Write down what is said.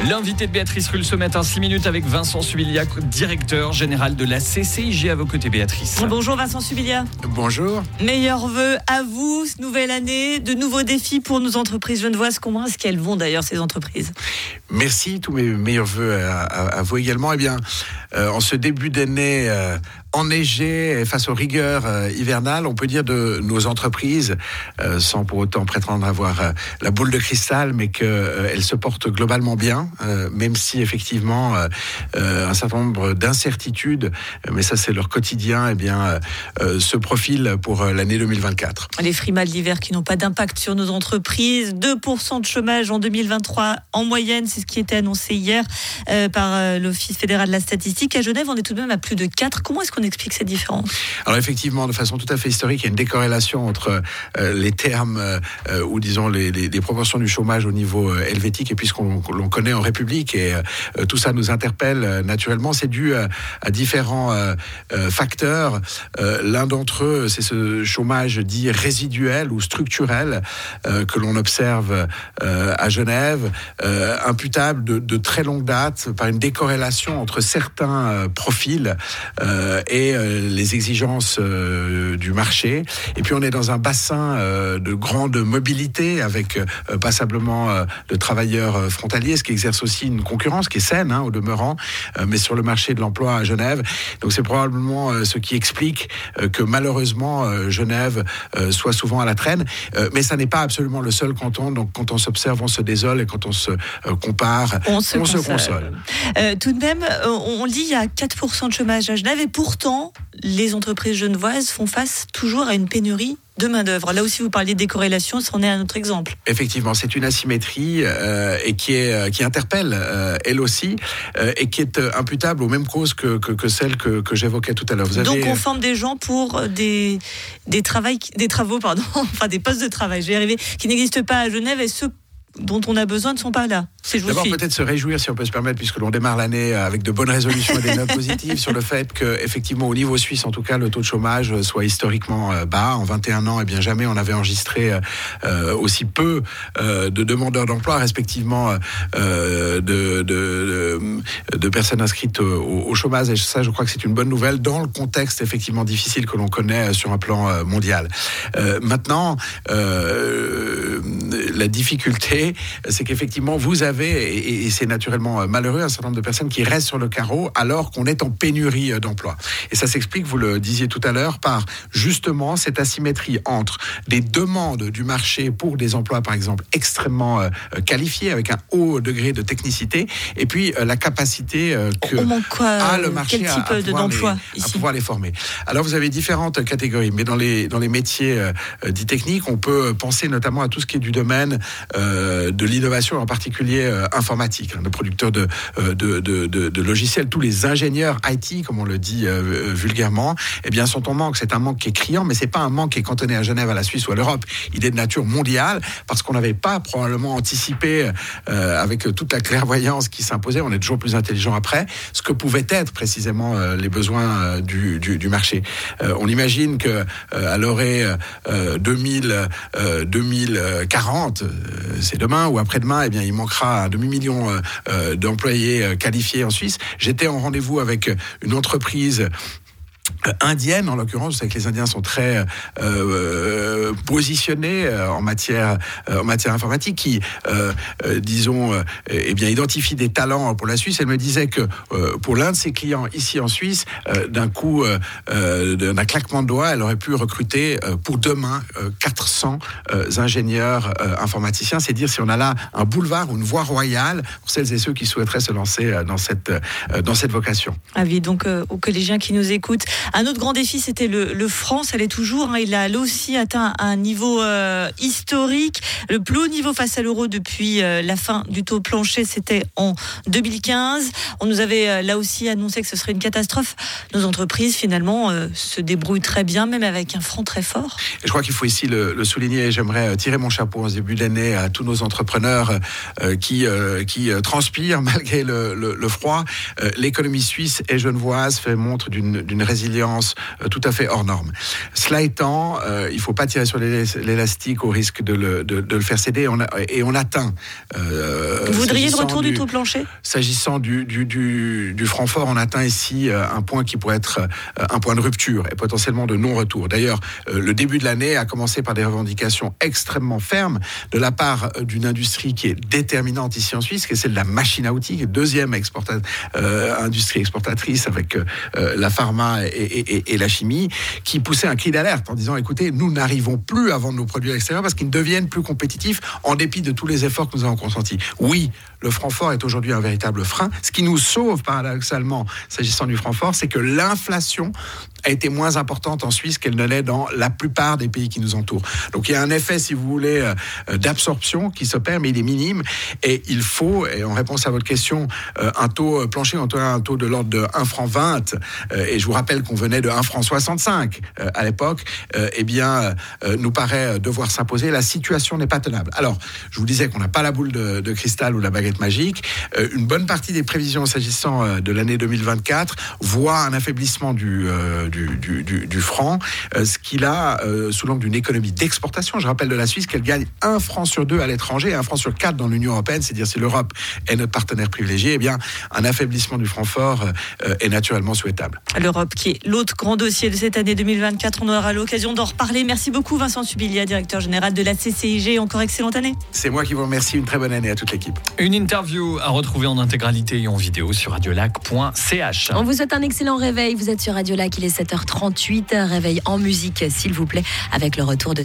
L'invité de Béatrice Rulle ce matin, 6 minutes avec Vincent Subiliac, directeur général de la CCIG. À vos côtés, Béatrice. Bonjour Vincent Subiliac. Bonjour. Meilleurs vœux à vous, nouvelle année, de nouveaux défis pour nos entreprises genevoises. Comment est-ce qu'elles vont d'ailleurs, ces entreprises ? Merci, tous mes meilleurs vœux à vous également. Eh bien, en ce début d'année enneigé face aux rigueurs hivernales, on peut dire de nos entreprises, sans pour autant prétendre avoir la boule de cristal, mais qu'elles se portent globalement bien, même si effectivement un certain nombre d'incertitudes, mais ça c'est leur quotidien, se profilent pour l'année 2024. Les frimas d'hiver qui n'ont pas d'impact sur nos entreprises, 2% de chômage en 2023 en moyenne, c'est ce qui était annoncé hier par l'Office fédéral de la statistique. À Genève, on est tout de même à plus de 4. Comment est-ce qu'on explique cette différence ? Alors effectivement, de façon tout à fait historique, il y a une décorrélation entre les termes ou disons les proportions du chômage au niveau helvétique et puis ce qu'on connaît en République, et tout ça nous interpelle naturellement. C'est dû à différents facteurs. L'un d'entre eux, c'est ce chômage dit résiduel ou structurel que l'on observe à Genève, imputable de très longue date par une décorrélation entre certains profils et les exigences du marché. Et puis on est dans un bassin de grande mobilité avec passablement de travailleurs frontaliers, ce qui exerce aussi une concurrence qui est saine au demeurant, mais sur le marché de l'emploi à Genève. Donc c'est probablement ce qui explique que malheureusement Genève soit souvent à la traîne. Mais ça n'est pas absolument le seul canton. Donc quand on s'observe, on se désole, et quand on se compare, on se console. Tout de même, on dit qu'il y a 4% de chômage à Genève, et pourtant les entreprises genevoises font face toujours à une pénurie de main-d'œuvre. Là aussi, vous parliez de décorrélation, c'en est un autre exemple. Effectivement, c'est une asymétrie et qui interpelle elle aussi, et qui est imputable aux mêmes causes que celles que j'évoquais tout à l'heure. Donc on forme des gens pour des travaux, enfin des postes de travail, je vais y arriver, qui n'existent pas à Genève, et ceux dont on a besoin ne sont pas là. D'abord, peut-être se réjouir, si on peut se permettre, puisque l'on démarre l'année avec de bonnes résolutions et des notes positives, sur le fait que, effectivement, au niveau suisse, en tout cas, le taux de chômage soit historiquement bas. En 21 ans, jamais on n'avait enregistré aussi peu de demandeurs d'emploi, respectivement de personnes inscrites au chômage. Et ça, je crois que c'est une bonne nouvelle dans le contexte, effectivement, difficile que l'on connaît sur un plan mondial. Maintenant, la difficulté, c'est qu'effectivement, vous avez, et c'est naturellement malheureux, un certain nombre de personnes qui restent sur le carreau alors qu'on est en pénurie d'emploi. Et ça s'explique, vous le disiez tout à l'heure, par justement cette asymétrie entre des demandes du marché pour des emplois, par exemple, extrêmement qualifiés, avec un haut degré de technicité, et puis la capacité a le marché à pouvoir les former. Alors vous avez différentes catégories, mais dans les métiers dits techniques, on peut penser notamment à tout ce qui est du domaine de l'innovation, en particulier informatique, de producteurs de logiciels. Tous les ingénieurs IT, comme on le dit vulgairement, sont en manque. C'est un manque qui est criant, mais c'est pas un manque qui est cantonné à Genève, à la Suisse ou à l'Europe. Il est de nature mondiale, parce qu'on n'avait pas probablement anticipé avec toute la clairvoyance qui s'imposait. On est toujours plus intelligent après ce que pouvaient être précisément les besoins du marché. On imagine que à l'horizon 2040, c'est demain ou après-demain, il manquera un demi-million d'employés qualifiés en Suisse. J'étais en rendez-vous avec une entreprise indienne, en l'occurrence. Vous savez que les Indiens sont très positionnés en matière informatique, qui, identifient des talents pour la Suisse. Elle me disait que pour l'un de ses clients ici en Suisse, d'un claquement de doigts, elle aurait pu recruter pour demain 400 ingénieurs informaticiens. C'est dire si on a là un boulevard ou une voie royale pour celles et ceux qui souhaiteraient se lancer dans cette vocation. Avis donc aux collégiens qui nous écoutent. Un autre grand défi, c'était le franc, ça l'est toujours. Il a là aussi atteint un niveau historique, le plus haut niveau face à l'euro depuis la fin du taux plancher, c'était en 2015. On nous avait là aussi annoncé que ce serait une catastrophe. Nos entreprises, finalement, se débrouillent très bien, même avec un franc très fort. Et je crois qu'il faut ici le souligner. J'aimerais tirer mon chapeau en ce début d'année à tous nos entrepreneurs qui transpirent malgré le froid. L'économie suisse et genevoise fait montre d'une résilience résilience tout à fait hors norme. Cela étant, il ne faut pas tirer sur l'élastique au risque de le faire céder, et on atteint. Vous voudriez le retour du taux plancher ? S'agissant du franc fort, on atteint ici un point qui pourrait être un point de rupture et potentiellement de non-retour. D'ailleurs, le début de l'année a commencé par des revendications extrêmement fermes de la part d'une industrie qui est déterminante ici en Suisse, qui est celle de la machine à outils, deuxième industrie exportatrice avec la pharma et la chimie, qui poussait un cri d'alerte en disant écoutez, nous n'arrivons plus à vendre nos produits à l'extérieur parce qu'ils ne deviennent plus compétitifs en dépit de tous les efforts que nous avons consentis. Oui, le franc fort est aujourd'hui un véritable frein. Ce qui nous sauve paradoxalement, s'agissant du franc fort, c'est que l'inflation a été moins importante en Suisse qu'elle ne l'est dans la plupart des pays qui nous entourent. Donc il y a un effet, si vous voulez, d'absorption qui s'opère, mais il est minime. Et il faut, et en réponse à votre question, un taux plancher, en tout cas un taux de l'ordre de 1,20 franc. Et je vous rappelle qu'on venait de 1,65 franc à l'époque. Nous paraît devoir s'imposer. La situation n'est pas tenable. Alors, je vous disais qu'on n'a pas la boule de cristal ou la baguette magique. Une bonne partie des prévisions s'agissant de l'année 2024 voit un affaiblissement du franc, ce qu'il a sous l'angle d'une économie d'exportation. Je rappelle de la Suisse qu'elle gagne 1 franc sur 2 à l'étranger, 1 franc sur 4 dans l'Union européenne, c'est-à-dire si l'Europe est notre partenaire privilégié, eh bien un affaiblissement du franc fort est naturellement souhaitable. L'Europe qui est l'autre grand dossier de cette année 2024, on aura l'occasion d'en reparler. Merci beaucoup Vincent Subilia, directeur général de la CCIG. Encore excellente année. C'est moi qui vous remercie, une très bonne année à toute l'équipe. Une interview à retrouver en intégralité et en vidéo sur radiolac.ch. On vous souhaite un excellent réveil, vous êtes sur Radio Lac, il est 7h38, réveil en musique s'il vous plaît, avec le retour de